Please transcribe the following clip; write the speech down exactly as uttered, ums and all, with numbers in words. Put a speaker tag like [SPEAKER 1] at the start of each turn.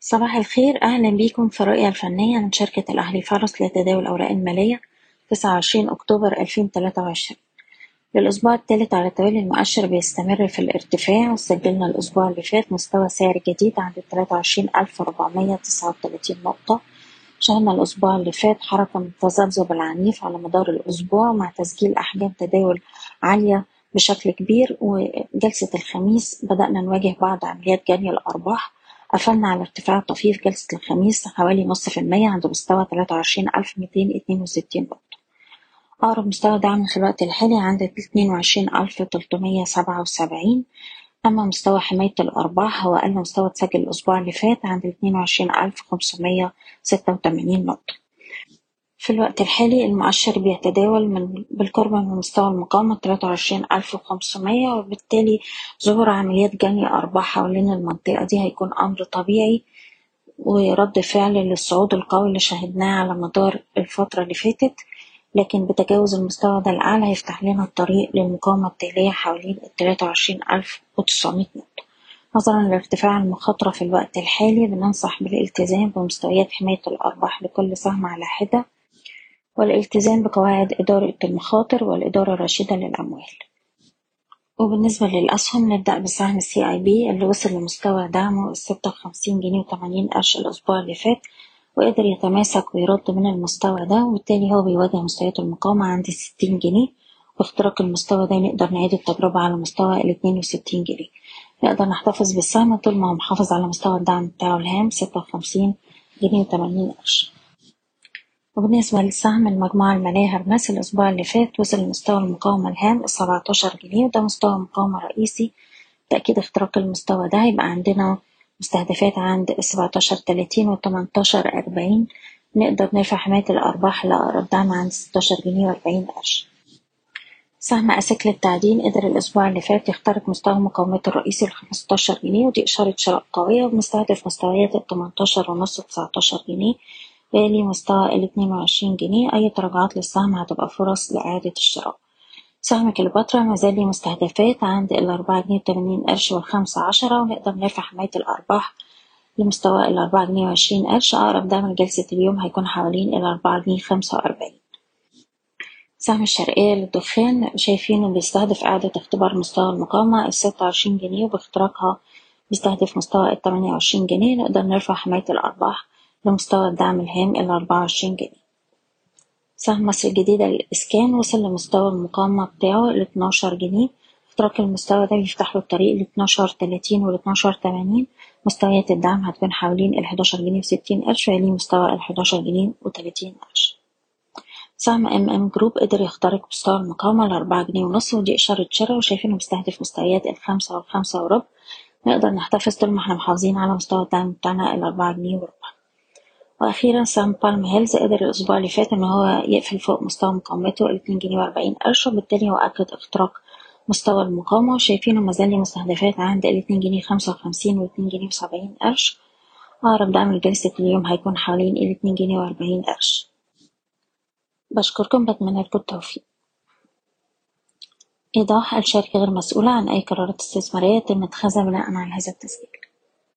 [SPEAKER 1] صباح الخير، أهلا بيكم في الرؤية الفنية من شركة الأهلي فارس لتداول الأوراق المالية تسعة وعشرين أكتوبر ألفين وتلاتة وعشرين. للأسبوع الثالث على التوالي المؤشر بيستمر في الارتفاع، وسجلنا الأسبوع اللي فات مستوى سعر جديد عند تلاتة وعشرين ألف وأربعمية تسعة وتلاتين نقطة. شهدنا الأسبوع اللي فات حركة من التذبذب العنيف على مدار الأسبوع مع تسجيل أحجام تداول عالية بشكل كبير، وجلسة الخميس بدأنا نواجه بعض عمليات جني الأرباح. قفلنا على ارتفاع طفيف جلسة الخميس حوالي نص في المية عند مستوى تلاتة وعشرين ألف ميتين اتنين وستين نقطة. أقرب مستوى دعم في الوقت الحالي عند اتنين وعشرين ألف تلتمية سبعة وسبعين. أما مستوى حماية الأرباح هو أقل مستوى اتسجل الأسبوع اللي فات عند اتنين وعشرين ألف خمسمية ستة وتمانين نقطة. في الوقت الحالي المؤشر بيتداول من بالقرب من مستوى المقاومة تلاتة وعشرين ألف وخمسمية، وبالتالي ظهور عمليات جني أرباح حوالين المنطقة دي هيكون أمر طبيعي ورد فعل للصعود القوي اللي شاهدناه على مدار الفترة اللي فاتت، لكن بتجاوز المستوى ده الأعلى هيفتح لنا الطريق للمقاومة التالية حوالين تلاتة وعشرين ألف وتسعمية نقطة. نظرا لارتفاع المخاطرة في الوقت الحالي بننصح بالالتزام بمستويات حماية الأرباح لكل سهم على حدة، والالتزام بقواعد إدارة المخاطر والإدارة الرشيدة للأموال. وبالنسبة للأسهم نبدأ بسهم سي اي بي اللي وصل لمستوى دعمه الستة وخمسين جنيه وتمانين قرش الأسبوع اللي فات، وقدر يتماسك ويرد من المستوى ده، وبالتالي هو بيواجه مستويات المقاومة عند ستين جنيه، واختراق المستوى ده نقدر نعيد التجربة على مستوى الاتنين وستين جنيه. نقدر نحتفظ بالسهم طول ما هو محافظ على مستوى الدعم بتاعه الهام ستة وخمسين جنيه وتمانين قرش. وبالنسبة لسهم المجموعة المالية هرمس الأسبوع اللي فات وصل لمستوى المقاومة الهام سبعتاشر جنيه، وده مستوى مقاومة رئيسي. تأكيد اختراق المستوى ده يبقى عندنا مستهدفات عند سبعتاشر تلاتين وتمنتاشر أربعين. نقدر نرفع حماية الأرباح لأقرب دعم عند ستاشر جنيه وأربعين قرش. سهم أسيكل التعدين قدر الأسبوع اللي فات يخترق مستوى مقاومته الرئيسي الخمستاشر جنيه، ودي إشارة شراء قوية، وبنستهدف مستويات التمنتاشر ونص تسعتاشر جنيه ويلي مستوى الاتنين وعشرين جنيه. أي تراجعات للسهم هتبقى فرص لإعادة الشراء. سهم كليوباترا مازال ليه مستهدفات عند الأربعة جنيه وتمانين قرش والخمسة عشرة، ونقدر نرفع حماية الأرباح لمستوى الأربعة جنيه وعشرين قرش. أقرب دعم لجلسة اليوم هيكون حوالين الأربعة جنيه خمسة وأربعين. سهم الشرقية للدخان شايفينه بيستهدف إعادة اختبار مستوى المقاومة الستة وعشرين جنيه، وباختراقها بيستهدف مستوى التمانية وعشرين جنيه. نقدر نرفع حماية الأرباح لمستوى الدعم الهام الأربعة وعشرين جنيه. سهم مصر الجديدة للإسكان وصل لمستوى المقاومة بتاعه الاتناشر جنيه. اختراق المستوى ده بيفتح له الطريق لاتناشر تلاتين والاتناشر تمانين. مستويات الدعم هتكون حوالين الحداشر جنيه وستين قرش، ويليه مستوى الحداشر جنيه وتلاتين قرش. سهم ام ام جروب قدر يخترق مستوى المقاومة الأربعة جنيه ونص، ودي إشارة شراء، وشايفينه مستهدف مستويات الخمسة والخمسة وربع. نقدر نحتفظ طول ما احنا محافظين على مستوى الدعم بتاعنا الأربعة جنيه وربع. وأخيرا سهم بالم هيلز قدر الأسبوع اللي فات إن هو يقفل فوق مستوى مقاومته الاتنين جنيه وأربعين قرش، وبالتالي هو أكد اختراق مستوى المقاومة، وشايفينه مازال مستهدفات عند الاتنين جنيه خمسة وخمسين والاتنين جنيه وسبعين قرش. أقرب دعم لجلسة اليوم هيكون حوالين الاتنين جنيه وأربعين قرش. بشكركم، بتمنى لكم التوفيق. إيضاح: الشركة غير مسؤولة عن أي قرارات استثمارية يتم اتخاذها بناء على هذا التسجيل.